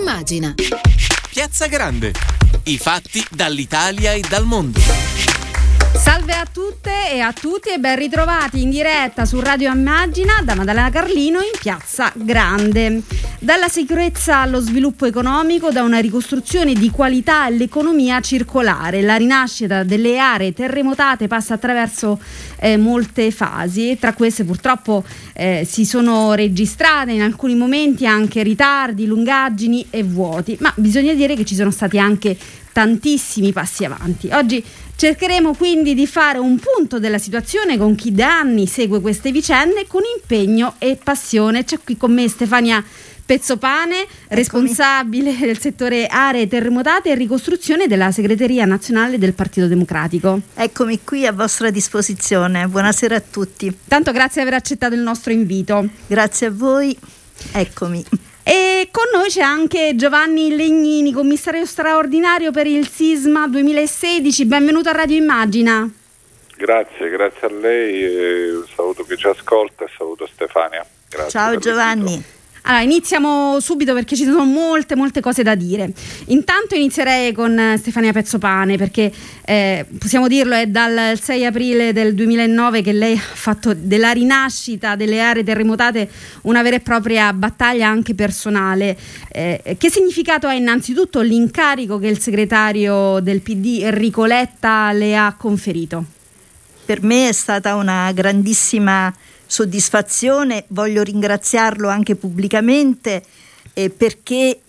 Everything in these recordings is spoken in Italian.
Immagina. Piazza Grande. I fatti dall'Italia e dal mondo. Salve a tutte e a tutti e ben ritrovati in diretta su Radio Immagina da Maddalena Carlino in Piazza Grande. Dalla sicurezza allo sviluppo economico, da una ricostruzione di qualità all'economia circolare. La rinascita delle aree terremotate passa attraverso molte fasi. Tra queste purtroppo si sono registrate in alcuni momenti anche ritardi, lungaggini e vuoti, ma bisogna dire che ci sono stati anche tantissimi passi avanti. Oggi cercheremo quindi di fare un punto della situazione con chi da anni segue queste vicende con impegno e passione. C'è qui con me Stefania Pezzopane, responsabile del settore aree terremotate e ricostruzione della segreteria nazionale del Partito Democratico. Eccomi qui a vostra disposizione, buonasera a tutti. Tanto grazie di aver accettato il nostro invito. Grazie a voi, eccomi. E con noi c'è anche Giovanni Legnini, commissario straordinario per il sisma 2016. Benvenuto a Radio Immagina. Grazie a lei, saluto chi ci ascolta e saluto Stefania. Grazie. Ciao Giovanni. Allora, iniziamo subito perché ci sono molte cose da dire. Intanto inizierei con Stefania Pezzopane perché possiamo dirlo, è dal 6 aprile del 2009 che lei ha fatto della rinascita delle aree terremotate una vera e propria battaglia anche personale. Che significato ha innanzitutto l'incarico che il segretario del PD Enrico Letta le ha conferito? Per me è stata una grandissima soddisfazione, voglio ringraziarlo anche pubblicamente perché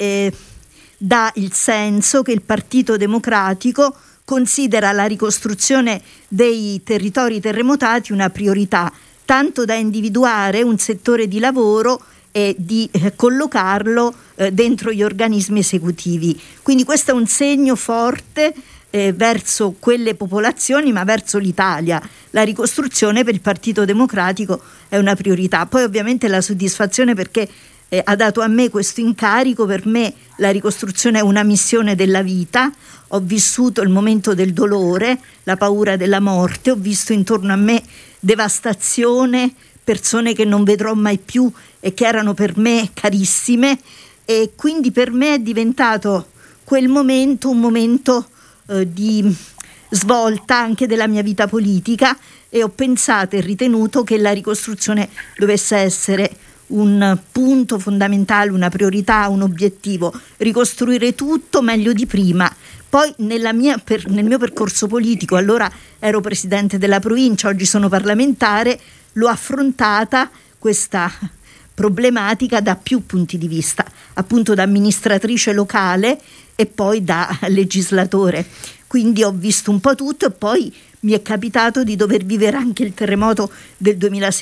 dà il senso che il Partito Democratico considera la ricostruzione dei territori terremotati una priorità, tanto da individuare un settore di lavoro e di collocarlo dentro gli organismi esecutivi. Quindi questo è un segno forte verso quelle popolazioni, ma verso l'Italia. La ricostruzione per il Partito Democratico è una priorità. Poi ovviamente la soddisfazione perché ha dato a me questo incarico. Per me la ricostruzione è una missione della vita. Ho vissuto il momento del dolore, la paura della morte, ho visto intorno a me devastazione, persone che non vedrò mai più e che erano per me carissime, e quindi per me è diventato quel momento un momento di svolta anche della mia vita politica, e ho pensato e ritenuto che la ricostruzione dovesse essere un punto fondamentale, una priorità, un obiettivo, ricostruire tutto meglio di prima. Poi nel mio percorso politico, allora ero presidente della provincia, oggi sono parlamentare, l'ho affrontata questa problematica da più punti di vista, appunto da amministratrice locale e poi da legislatore. Quindi ho visto un po' tutto, e poi mi è capitato di dover vivere anche il terremoto del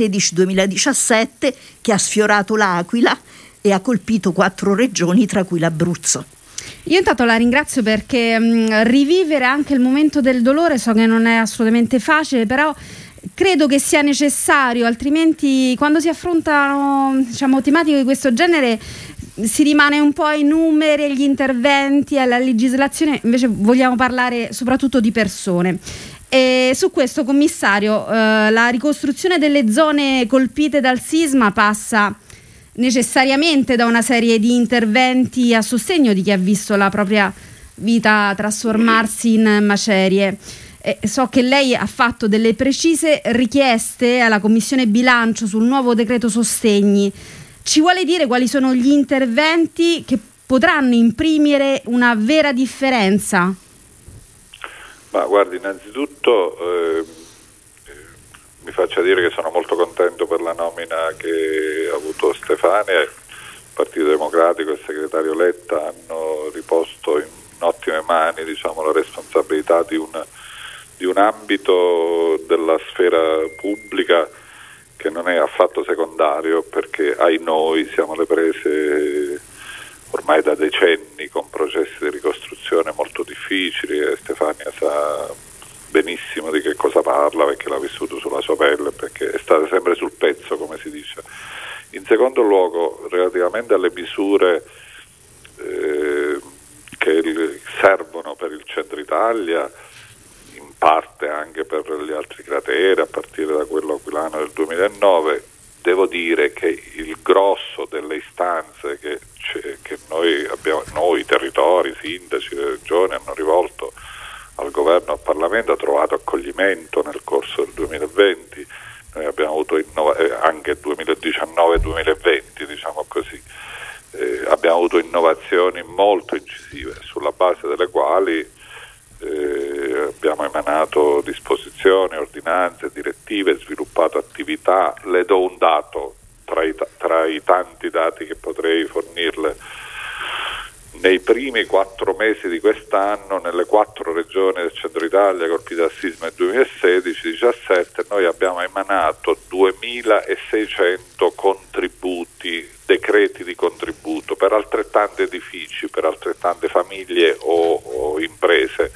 2016-2017 che ha sfiorato l'Aquila e ha colpito 4 regioni, tra cui l'Abruzzo. Io intanto la ringrazio perché rivivere anche il momento del dolore so che non è assolutamente facile, però credo che sia necessario, altrimenti quando si affrontano tematiche di questo genere si rimane un po' ai numeri, agli interventi, alla legislazione. Invece vogliamo parlare soprattutto di persone. E su questo, commissario, la ricostruzione delle zone colpite dal sisma passa necessariamente da una serie di interventi a sostegno di chi ha visto la propria vita trasformarsi in macerie. So che lei ha fatto delle precise richieste alla Commissione Bilancio sul nuovo decreto sostegni. Ci vuole dire quali sono gli interventi che potranno imprimere una vera differenza? Ma guardi, innanzitutto mi faccia dire che sono molto contento per la nomina che ha avuto Stefania. Il Partito Democratico e il segretario Letta hanno riposto in ottime mani, la responsabilità di un ambito della sfera pubblica che non è affatto secondario, perché noi siamo alle prese ormai da decenni con processi di ricostruzione molto difficili, e Stefania sa benissimo di che cosa parla perché l'ha vissuto sulla sua pelle, perché è stata sempre sul pezzo, come si dice. In secondo luogo, relativamente alle misure che servono per il centro Italia, in parte anche per gli altri crateri, a partire da quello aquilano del 2009, devo dire che il grosso delle istanze che noi abbiamo, noi territori, sindaci, regioni hanno rivolto al governo, al Parlamento, ha trovato accoglimento nel corso del 2020. Noi abbiamo avuto anche 2019-2020, diciamo così, abbiamo avuto innovazioni molto incisive, sulla base delle quali abbiamo emanato disposizioni, ordinanze, direttive, sviluppato attività. Le do un dato tra i tanti dati che potrei fornirle. Nei primi 4 mesi di quest'anno, nelle 4 regioni del centro Italia colpite dal sisma del 2016-17, noi abbiamo emanato 2.600 contributi, decreti di contributo per altrettanti edifici, per altrettante famiglie o imprese.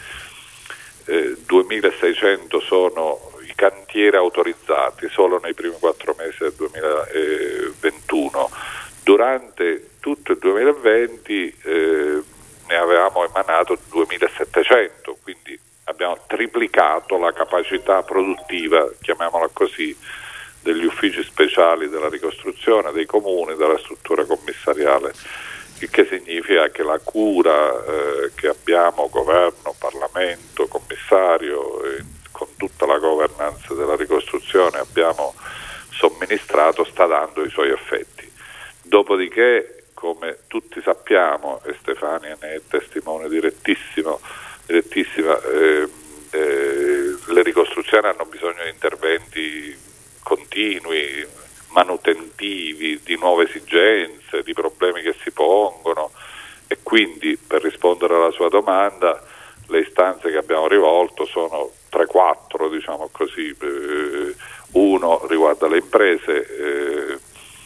2.600 sono i cantieri autorizzati solo nei primi 4 mesi del 2021. Durante tutto il 2020 ne avevamo emanato 2.700, quindi abbiamo triplicato la capacità produttiva, chiamiamola così, degli uffici speciali della ricostruzione, dei comuni, della struttura commissariale, il che significa che la cura che abbiamo, governo, Parlamento, commissario, con tutta la governance della ricostruzione abbiamo somministrato, sta dando i suoi effetti. Dopodiché, come tutti sappiamo, e Stefania ne è testimone direttissima, le ricostruzioni hanno bisogno di interventi continui, manutentivi, di nuove esigenze, di problemi che si pongono, e quindi, per rispondere alla sua domanda, le istanze che abbiamo rivolto sono 3-4, diciamo così. Uno riguarda le imprese,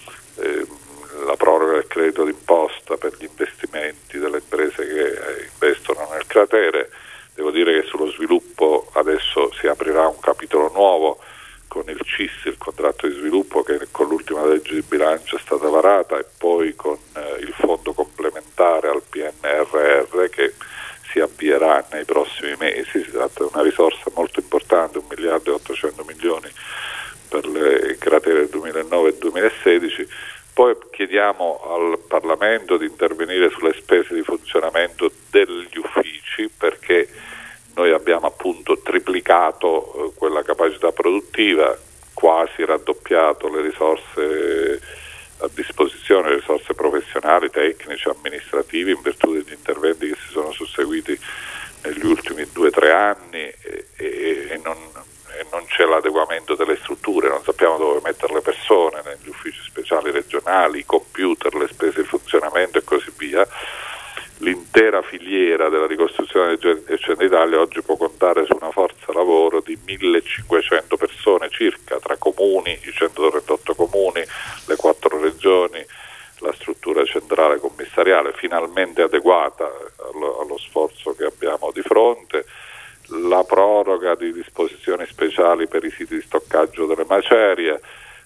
la proroga del credito d'imposta per gli investimenti delle imprese che investono nel cratere. Devo dire che sullo sviluppo adesso si aprirà un capitolo nuovo con il CIS, il contratto di sviluppo, che con l'ultima legge di bilancio è stata varata, e poi con il fondo complementare al PNRR che si avvierà nei prossimi mesi. Si tratta di una risorsa molto importante, 1.800 milioni per le cratere del 2009 e 2016. Poi chiediamo al Parlamento di intervenire sulle spese di funzionamento degli uffici, perché noi abbiamo appunto triplicato quella capacità produttiva, quasi raddoppiato le risorse a disposizione, le risorse professionali, tecnici, amministrativi, in virtù degli interventi che si sono susseguiti negli ultimi 2-3 anni, e non c'è l'adeguamento delle strutture, non sappiamo dove mettere le persone negli uffici speciali regionali, i computer, le spese di funzionamento e così via. L'intera filiera della ricostruzione del centro Italia oggi può contare su una forza lavoro di 1.500 persone circa, tra comuni, i 138 comuni, le 4 regioni, la struttura centrale commissariale, finalmente adeguata allo sforzo che abbiamo di fronte, la proroga di disposizioni speciali per i siti di stoccaggio delle macerie,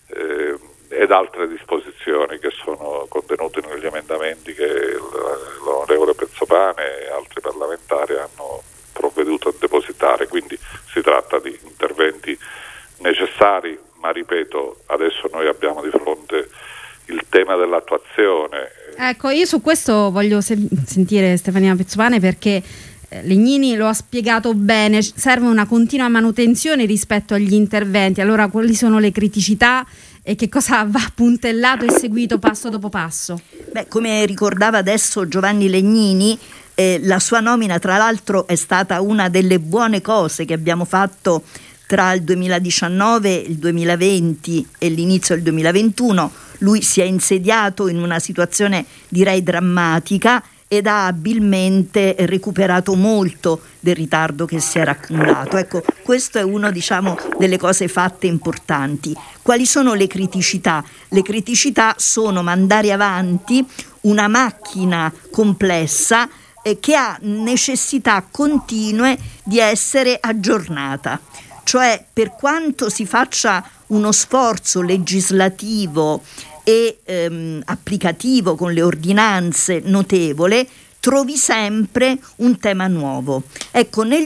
ed altre disposizioni che sono contenute negli emendamenti che l'onorevole Pezzopane e altri parlamentari hanno provveduto a depositare. Quindi si tratta di interventi necessari, ma ripeto, adesso noi abbiamo di fronte il tema dell'attuazione. Ecco, io su questo voglio sentire Stefania Pezzopane, perché Legnini lo ha spiegato bene, serve una continua manutenzione rispetto agli interventi. Allora, quali sono le criticità e che cosa va puntellato e seguito passo dopo passo? Beh, come ricordava adesso Giovanni Legnini, la sua nomina tra l'altro è stata una delle buone cose che abbiamo fatto tra il 2019, il 2020 e l'inizio del 2021. Lui si è insediato in una situazione direi drammatica ed ha abilmente recuperato molto del ritardo che si era accumulato. Ecco, questo è uno, diciamo, delle cose fatte importanti. Quali sono le criticità? Le criticità sono mandare avanti una macchina complessa che ha necessità continue di essere aggiornata. Cioè, per quanto si faccia uno sforzo legislativo e applicativo con le ordinanze notevole, trovi sempre un tema nuovo. Ecco, nel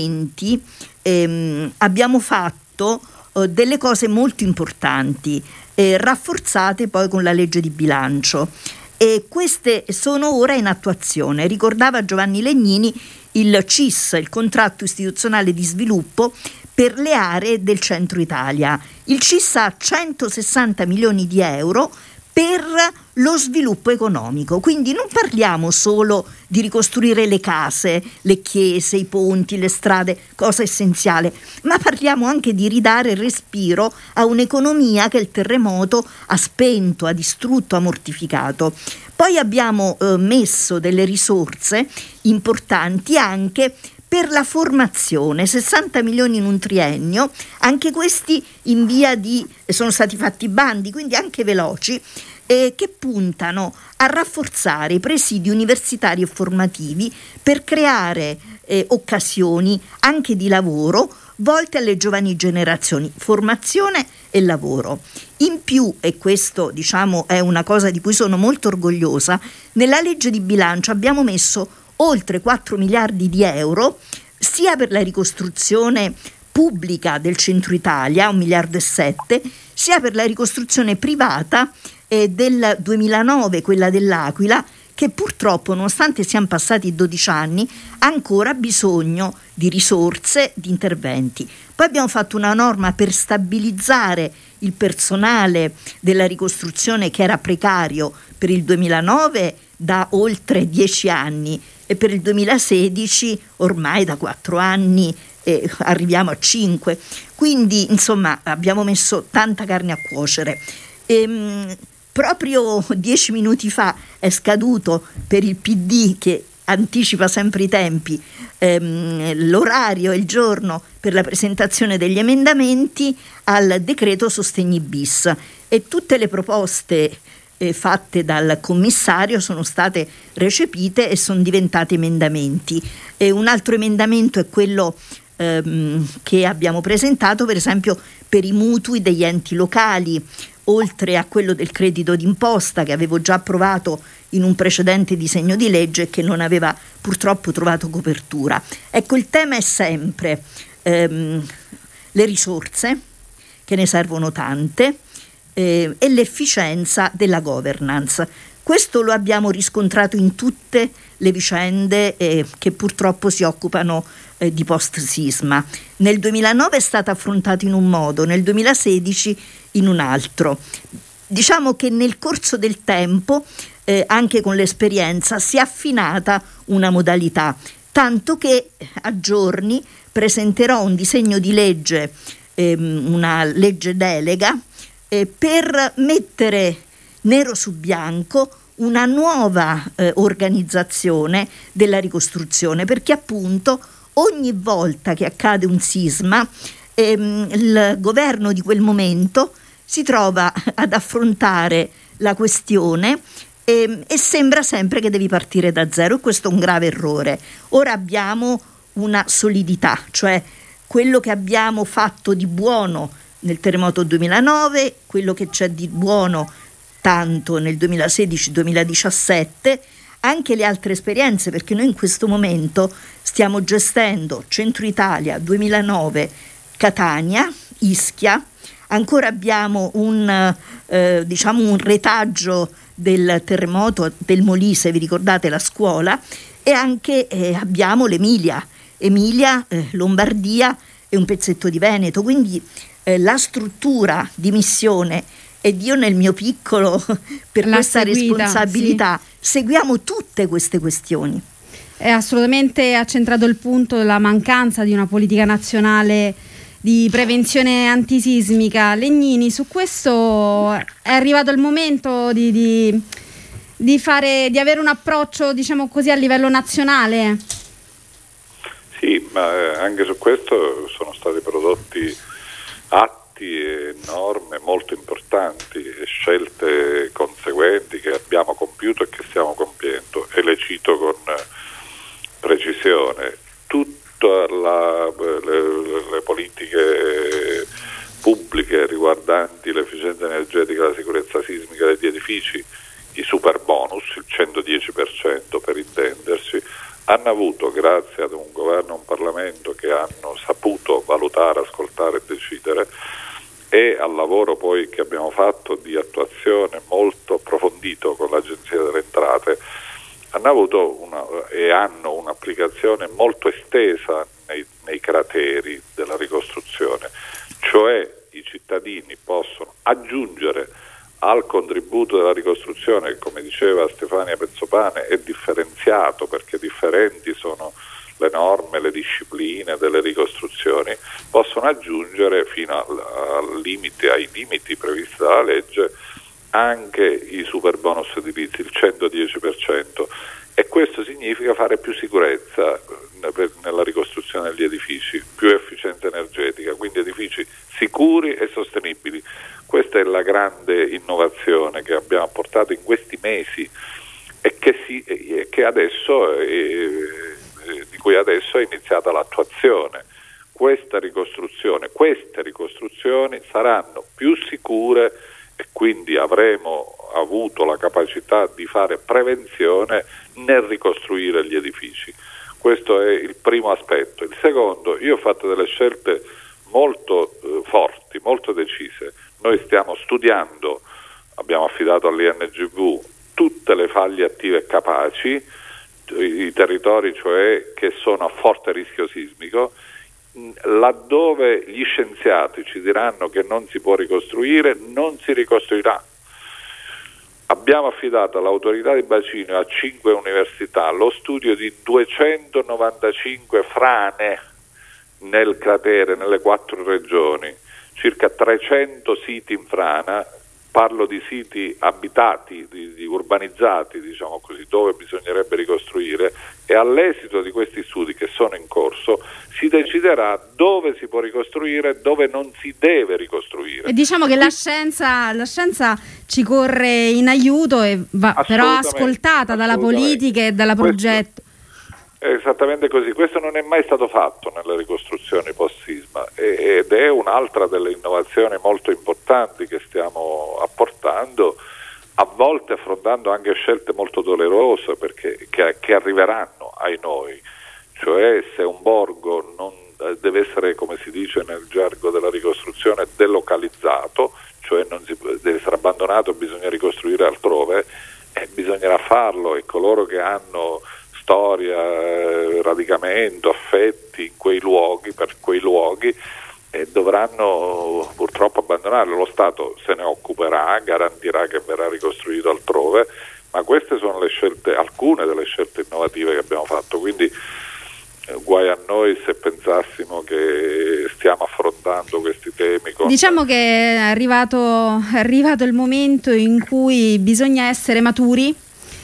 2020 abbiamo fatto delle cose molto importanti. rafforzate poi con la legge di bilancio. E queste sono ora in attuazione. Ricordava Giovanni Legnini il CIS, il contratto istituzionale di sviluppo per le aree del centro Italia. Il CIS ha 160 milioni di euro per lo sviluppo economico, quindi non parliamo solo di ricostruire le case, le chiese, i ponti, le strade, cosa essenziale, ma parliamo anche di ridare respiro a un'economia che il terremoto ha spento, ha distrutto, ha mortificato. Poi abbiamo messo delle risorse importanti anche per la formazione, 60 milioni in un triennio, anche questi in via di, sono stati fatti bandi, quindi anche veloci, che puntano a rafforzare i presidi universitari e formativi per creare occasioni anche di lavoro volte alle giovani generazioni, formazione e lavoro. In più, e questo diciamo è una cosa di cui sono molto orgogliosa, nella legge di bilancio abbiamo messo oltre 4 miliardi di euro sia per la ricostruzione pubblica del centro Italia, 1,7 miliardi, sia per la ricostruzione privata del 2009, quella dell'Aquila, che purtroppo, nonostante siano passati 12 anni, ha ancora bisogno di risorse, di interventi. Poi abbiamo fatto una norma per stabilizzare il personale della ricostruzione che era precario per il 2009 da oltre 10 anni e per il 2016 ormai da 4 anni arriviamo a 5. Quindi insomma abbiamo messo tanta carne a cuocere. Proprio 10 minuti fa è scaduto per il PD, che anticipa sempre i tempi, l'orario e il giorno per la presentazione degli emendamenti al decreto sostegni bis, e tutte le proposte fatte dal commissario sono state recepite e sono diventate emendamenti. Un altro emendamento è quello che abbiamo presentato, per esempio per i mutui degli enti locali, oltre a quello del credito d'imposta che avevo già approvato in un precedente disegno di legge e che non aveva purtroppo trovato copertura. Ecco, il tema è sempre le risorse, che ne servono tante, e l'efficienza della governance. Questo lo abbiamo riscontrato in tutte le vicende che purtroppo si occupano di post-sisma. Nel 2009 è stata affrontata in un modo, nel 2016 in un altro. Diciamo che nel corso del tempo, anche con l'esperienza, si è affinata una modalità, tanto che a giorni presenterò un disegno di legge, una legge delega, per mettere nero su bianco una nuova organizzazione della ricostruzione, perché appunto ogni volta che accade un sisma il governo di quel momento si trova ad affrontare la questione e sembra sempre che devi partire da zero, e questo è un grave errore. Ora abbiamo una solidità, cioè quello che abbiamo fatto di buono nel terremoto 2009, quello che c'è di buono tanto nel 2016-2017, anche le altre esperienze, perché noi in questo momento stiamo gestendo Centro Italia 2009, Catania, Ischia, ancora abbiamo un retaggio del terremoto del Molise, vi ricordate la scuola, e anche abbiamo l'Emilia, Lombardia e un pezzetto di Veneto, quindi la struttura di missione, ed io nel mio piccolo per questa responsabilità seguiamo tutte queste questioni. È assolutamente accentrato il punto della mancanza di una politica nazionale di prevenzione antisismica. Legnini, su questo è arrivato il momento di avere un approccio, diciamo così, a livello nazionale? Sì, ma anche su questo sono stati prodotti atti e norme molto importanti e scelte conseguenti che abbiamo compiuto e che stiamo compiendo, e le cito con precisione. Tutte le politiche pubbliche riguardanti l'efficienza energetica e la sicurezza sismica degli edifici, i super bonus, il 110% per intenderci, hanno avuto, grazie ad un governo e un Parlamento che hanno saputo valutare, ascoltare e decidere, e al lavoro poi che abbiamo fatto di attuazione molto approfondito con l'Agenzia delle Entrate, hanno un'applicazione molto estesa nei crateri della ricostruzione, cioè i cittadini possono aggiungere al contributo della ricostruzione, che come diceva Stefania Pezzopane è differenziato perché differenti sono le norme, le discipline delle ricostruzioni, possono aggiungere fino ai limiti previsti dalla legge anche i superbonus edilizi, il 110%, e questo significa fare più sicurezza nella ricostruzione degli edifici, più efficienza energetica, quindi edifici sicuri e sostenibili. Questa è la grande innovazione che abbiamo apportato in questi mesi e di cui adesso è iniziata l'attuazione. Queste ricostruzioni saranno più sicure e quindi avremo avuto la capacità di fare prevenzione nel ricostruire gli edifici. Questo è il primo aspetto. Il secondo, io ho fatto delle scelte molto forti, molto decise. Noi stiamo studiando, abbiamo affidato all'INGV tutte le faglie attive capaci, i territori cioè che sono a forte rischio sismico. Laddove gli scienziati ci diranno che non si può ricostruire, non si ricostruirà. Abbiamo affidato all'autorità di bacino, a 5 università, lo studio di 295 frane nel cratere, nelle 4 regioni, circa 300 siti in frana. Parlo di siti abitati, di urbanizzati, diciamo così, dove bisognerebbe ricostruire, e all'esito di questi studi che sono in corso si deciderà dove si può ricostruire e dove non si deve ricostruire. E diciamo che la scienza ci corre in aiuto e va però ascoltata dalla politica e dalla progetto. È esattamente così, questo non è mai stato fatto nelle ricostruzioni post-sisma ed è un'altra delle innovazioni molto importanti che stiamo apportando, a volte affrontando anche scelte molto dolorose perché che arriveranno ai noi, cioè se un borgo non deve essere, come si dice nel gergo della ricostruzione, delocalizzato, cioè deve essere abbandonato e bisogna ricostruire altrove, bisognerà farlo, e coloro che hanno storia, radicamento, affetti in quei luoghi, per quei luoghi, dovranno purtroppo abbandonarlo. Lo Stato se ne occuperà, garantirà che verrà ricostruito altrove, ma queste sono le scelte, alcune delle scelte innovative che abbiamo fatto, quindi guai a noi se pensassimo che stiamo affrontando questi temi Diciamo che è arrivato il momento in cui bisogna essere maturi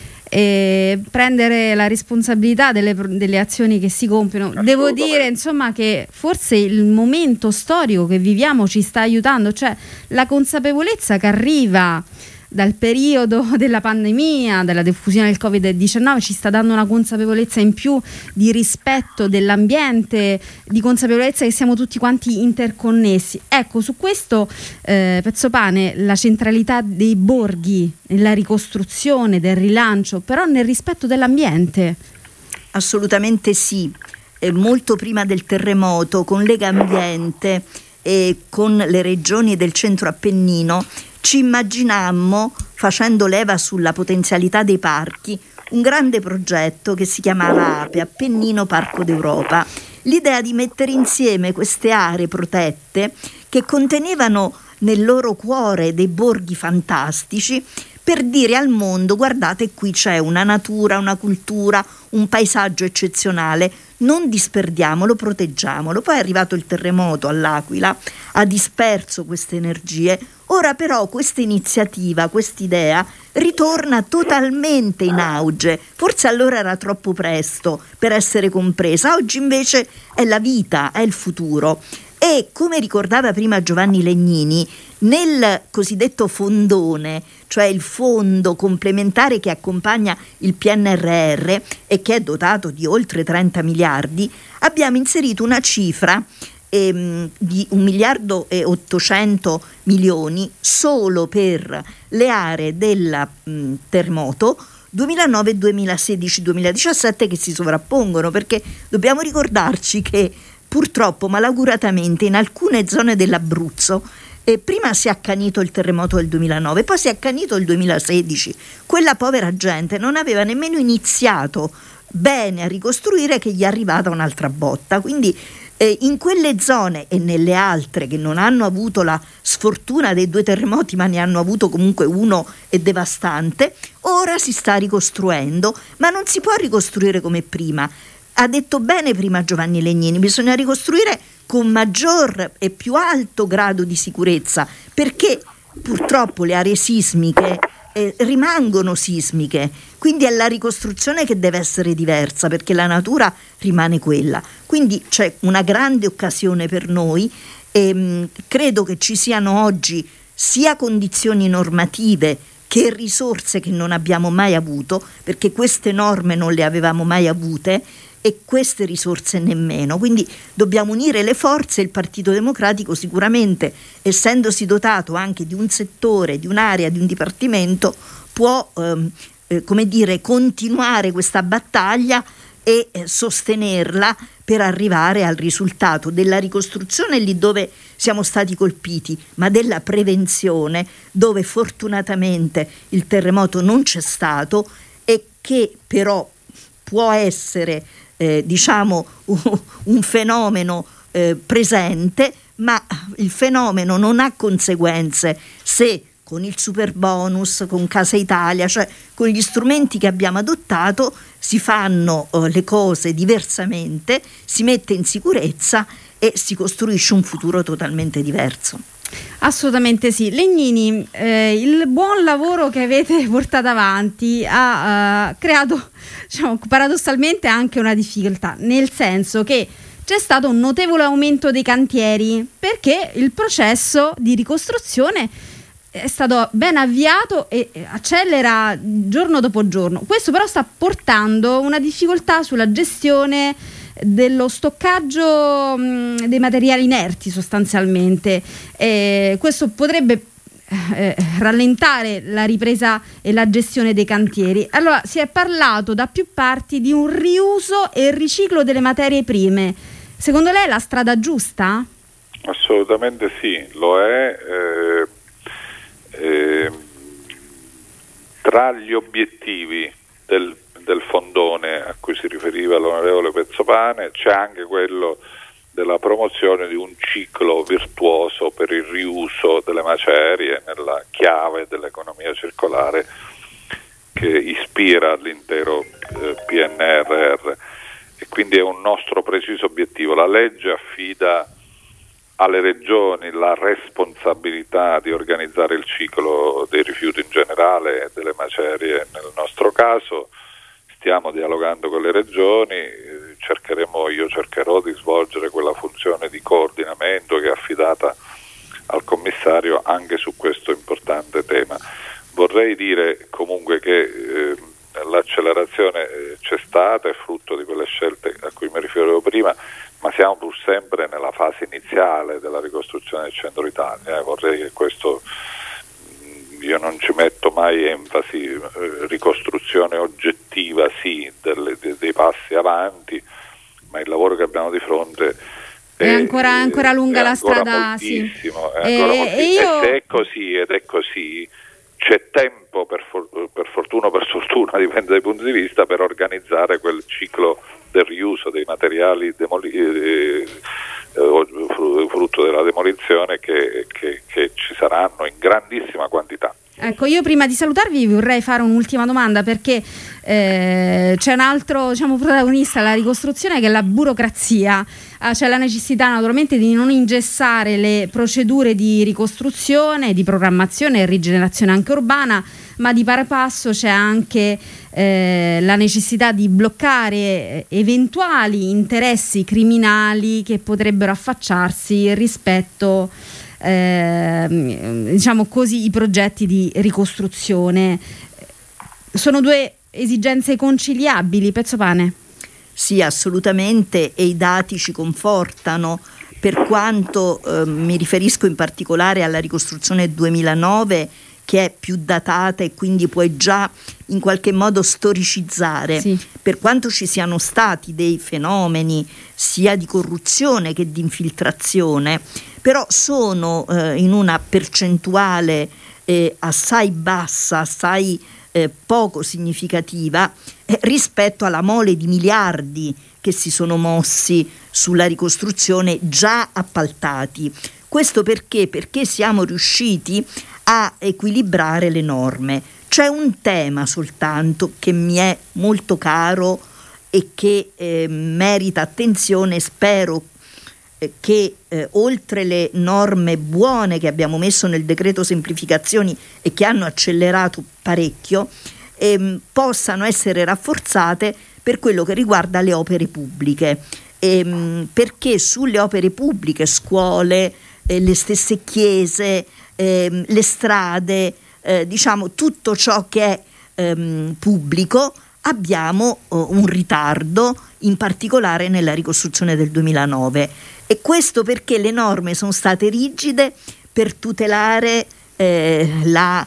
e prendere la responsabilità delle azioni che si compiono. Devo dire insomma che forse il momento storico che viviamo ci sta aiutando, cioè la consapevolezza che arriva dal periodo della pandemia, della diffusione del Covid-19, ci sta dando una consapevolezza in più di rispetto dell'ambiente, di consapevolezza che siamo tutti quanti interconnessi. Ecco, su questo Pezzopane, la centralità dei borghi nella ricostruzione, del rilancio, però nel rispetto dell'ambiente. Assolutamente sì. Molto prima del terremoto, con Legambiente e con le regioni del centro Appennino, ci immaginammo, facendo leva sulla potenzialità dei parchi, un grande progetto che si chiamava APE, Appennino Parco d'Europa. L'idea di mettere insieme queste aree protette che contenevano nel loro cuore dei borghi fantastici, per dire al mondo: guardate, qui c'è una natura, una cultura, un paesaggio eccezionale, non disperdiamolo, proteggiamolo. Poi è arrivato il terremoto all'Aquila, ha disperso queste energie. Ora però questa iniziativa, quest'idea ritorna totalmente in auge. Forse allora era troppo presto per essere compresa, oggi invece è la vita, è il futuro. E come ricordava prima Giovanni Legnini, nel cosiddetto fondone, cioè il fondo complementare che accompagna il PNRR e che è dotato di oltre 30 miliardi, abbiamo inserito una cifra di 1.800 milioni solo per le aree del terremoto 2009, 2016, 2017 che si sovrappongono, perché dobbiamo ricordarci che purtroppo malauguratamente in alcune zone dell'Abruzzo prima si è accanito il terremoto del 2009, poi si è accanito il 2016. Quella povera gente non aveva nemmeno iniziato bene a ricostruire che gli è arrivata un'altra botta. Quindi in quelle zone e nelle altre che non hanno avuto la sfortuna dei 2 terremoti, ma ne hanno avuto comunque uno devastante, ora si sta ricostruendo, ma non si può ricostruire come prima. Ha detto bene prima Giovanni Legnini, bisogna ricostruire con maggior e più alto grado di sicurezza, perché purtroppo le aree sismiche rimangono sismiche, quindi è la ricostruzione che deve essere diversa, perché la natura rimane quella. Quindi c'è una grande occasione per noi e credo che ci siano oggi sia condizioni normative che risorse che non abbiamo mai avuto, perché queste norme non le avevamo mai avute e queste risorse nemmeno. Quindi dobbiamo unire le forze. Il Partito Democratico sicuramente, essendosi dotato anche di un settore, di un'area, di un dipartimento, può continuare questa battaglia e sostenerla per arrivare al risultato della ricostruzione lì dove siamo stati colpiti, ma della prevenzione dove fortunatamente il terremoto non c'è stato e che però può essere un fenomeno presente, ma il fenomeno non ha conseguenze se con il Superbonus, con Casa Italia, cioè con gli strumenti che abbiamo adottato, si fanno le cose diversamente, si mette in sicurezza e si costruisce un futuro totalmente diverso. Assolutamente sì. Legnini, il buon lavoro che avete portato avanti ha creato, paradossalmente anche una difficoltà, nel senso che c'è stato un notevole aumento dei cantieri, perché il processo di ricostruzione è stato ben avviato e accelera giorno dopo giorno. Questo però sta portando una difficoltà sulla gestione dello stoccaggio dei materiali inerti sostanzialmente. Questo potrebbe rallentare la ripresa e la gestione dei cantieri. Allora, si è parlato da più parti di un riuso e riciclo delle materie prime. Secondo lei è la strada giusta? Assolutamente sì, lo è. Tra gli obiettivi del fondone a cui si riferiva l'onorevole Pezzopane c'è anche quello della promozione di un ciclo virtuoso per il riuso delle macerie nella chiave dell'economia circolare che ispira l'intero PNRR, e quindi è un nostro preciso obiettivo. La legge affida alle regioni la responsabilità di organizzare il ciclo dei rifiuti in generale e delle macerie nel nostro caso. Stiamo dialogando con le regioni, io cercherò di svolgere quella funzione di coordinamento che è affidata al commissario anche su questo importante tema. Vorrei dire comunque che l'accelerazione c'è stata, è frutto di quelle scelte a cui mi riferivo prima, ma siamo pur sempre nella fase iniziale della ricostruzione del centro Italia. Vorrei che questo, io non ci metto mai enfasi, ricostruzione oggettiva sì, dei passi avanti, ma il lavoro che abbiamo di fronte è ancora lunga la strada, moltissimo, sì. E se è così ed è così, c'è tempo per fortuna o per sfortuna, dipende dai punti di vista, per organizzare quel ciclo del riuso dei materiali frutto della demolizione che ci saranno in grandissima quantità. Ecco, io prima di salutarvi vorrei fare un'ultima domanda, perché c'è un altro protagonista della ricostruzione che è la burocrazia. C'è la necessità naturalmente di non ingessare le procedure di ricostruzione, di programmazione e rigenerazione anche urbana, ma di pari passo c'è anche la necessità di bloccare eventuali interessi criminali che potrebbero affacciarsi rispetto i progetti di ricostruzione. Sono due esigenze conciliabili, Pezzopane? Sì, assolutamente, e i dati ci confortano, per quanto mi riferisco in particolare alla ricostruzione 2009, che è più datata e quindi puoi già in qualche modo storicizzare, sì. Per quanto ci siano stati dei fenomeni sia di corruzione che di infiltrazione, però sono in una percentuale assai bassa, assai poco significativa rispetto alla mole di miliardi che si sono mossi sulla ricostruzione già appaltati. Questo perché? Perché siamo riusciti a equilibrare le norme. C'è un tema soltanto che mi è molto caro e che merita attenzione. Spero che oltre le norme buone che abbiamo messo nel decreto semplificazioni e che hanno accelerato parecchio, possano essere rafforzate per quello che riguarda le opere pubbliche, perché sulle opere pubbliche, scuole, le stesse chiese, le strade, diciamo tutto ciò che è pubblico, abbiamo un ritardo, in particolare nella ricostruzione del 2009, e questo perché le norme sono state rigide per tutelare la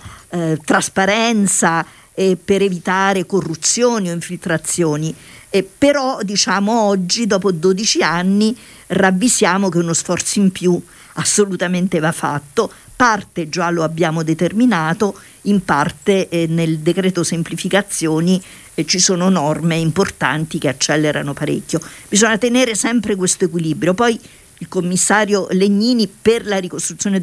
trasparenza e per evitare corruzioni o infiltrazioni, però diciamo oggi, dopo 12 anni, ravvisiamo che uno sforzo in più assolutamente va fatto. Parte già lo abbiamo determinato, in parte nel decreto semplificazioni ci sono norme importanti che accelerano parecchio. Bisogna tenere sempre questo equilibrio. Poi il commissario Legnini per la ricostruzione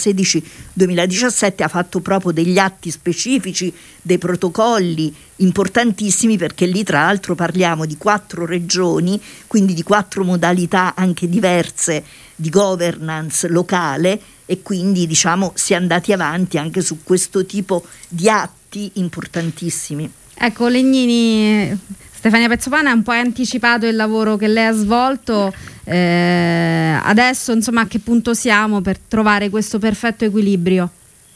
2016-2017 ha fatto proprio degli atti specifici, dei protocolli importantissimi, perché lì tra l'altro parliamo di 4 regioni, quindi di 4 modalità anche diverse di governance locale, e quindi diciamo si è andati avanti anche su questo tipo di atti importantissimi. Ecco, Legnini, Stefania Pezzopane ha un po' anticipato il lavoro che lei ha svolto, adesso insomma a che punto siamo per trovare questo perfetto equilibrio?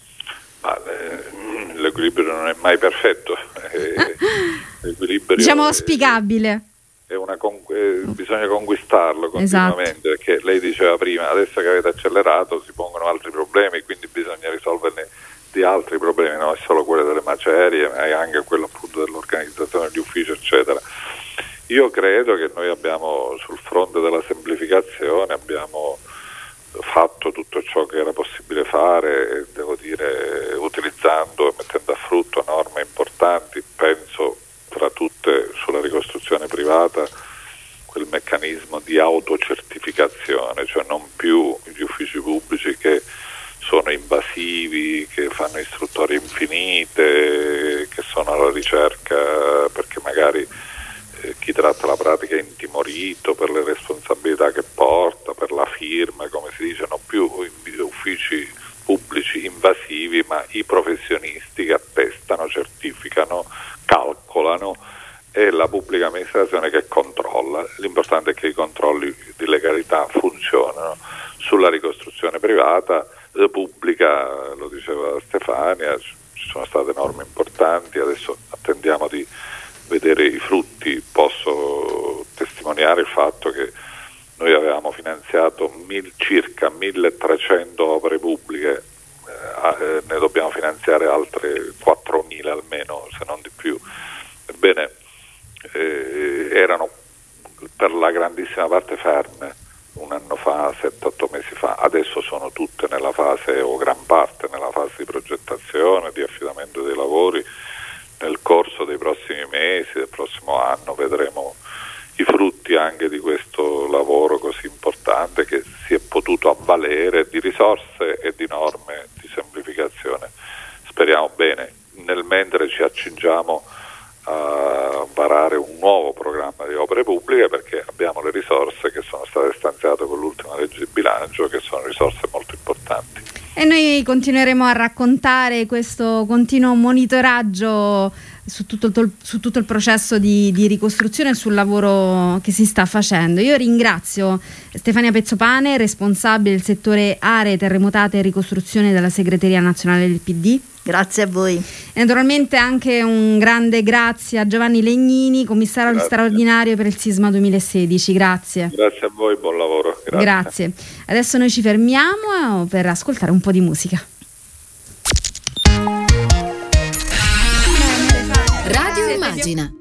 L'equilibrio non è mai perfetto, l'equilibrio diciamo auspicabile. Bisogna conquistarlo continuamente, esatto. Perché lei diceva prima, adesso che avete accelerato si pongono altri problemi, quindi bisogna risolverne di altri problemi, non è solo quello delle macerie, ma è anche quello appunto dell'organizzazione degli uffici, eccetera. Io credo che noi abbiamo, sul fronte della semplificazione, abbiamo fatto tutto ciò che era possibile fare, devo dire, utilizzando e mettendo a frutto norme importanti. Penso tra tutte sulla ricostruzione privata quel meccanismo di autocertificazione, cioè non più gli uffici pubblici che sono invasivi, che fanno istruttorie infinite, che sono alla ricerca perché magari chi tratta la pratica è intimorito per le responsabilità che porta, per la firma, come si dice, non più uffici pubblici invasivi, ma i professionisti che attestano, certificano, calcolano, e la pubblica amministrazione che controlla. L'importante è che i controlli di legalità funzionano. Sulla ricostruzione privata pubblica, lo diceva Stefania, ci sono state norme importanti, adesso attendiamo di vedere i frutti. Posso testimoniare il fatto che noi avevamo finanziato circa 1300 opere pubbliche, ne dobbiamo finanziare altre 4.000 almeno, se non di più. Ebbene, erano per la grandissima parte ferme un anno fa, 7-8 mesi fa, adesso sono tutte nella fase, o gran parte nella fase di progettazione, di affidamento dei lavori. Nel corso dei prossimi mesi, del prossimo anno, vedremo i frutti anche di questo lavoro così importante che si è potuto avvalere di risorse e di norme di semplificazione. Speriamo bene. Nel mentre ci accingiamo a varare un nuovo programma di opere pubbliche, perché abbiamo le risorse che sono state stanziate con l'ultima legge di bilancio, che sono risorse molto importanti. E noi continueremo a raccontare questo continuo monitoraggio su tutto il processo di ricostruzione e sul lavoro che si sta facendo. Io ringrazio Stefania Pezzopane, responsabile del settore aree terremotate e ricostruzione della segreteria nazionale del PD. Grazie a voi. E naturalmente anche un grande grazie a Giovanni Legnini, commissario straordinario per il sisma 2016. Grazie. Grazie a voi, buon lavoro. Grazie. Adesso noi ci fermiamo per ascoltare un po' di musica. pagina.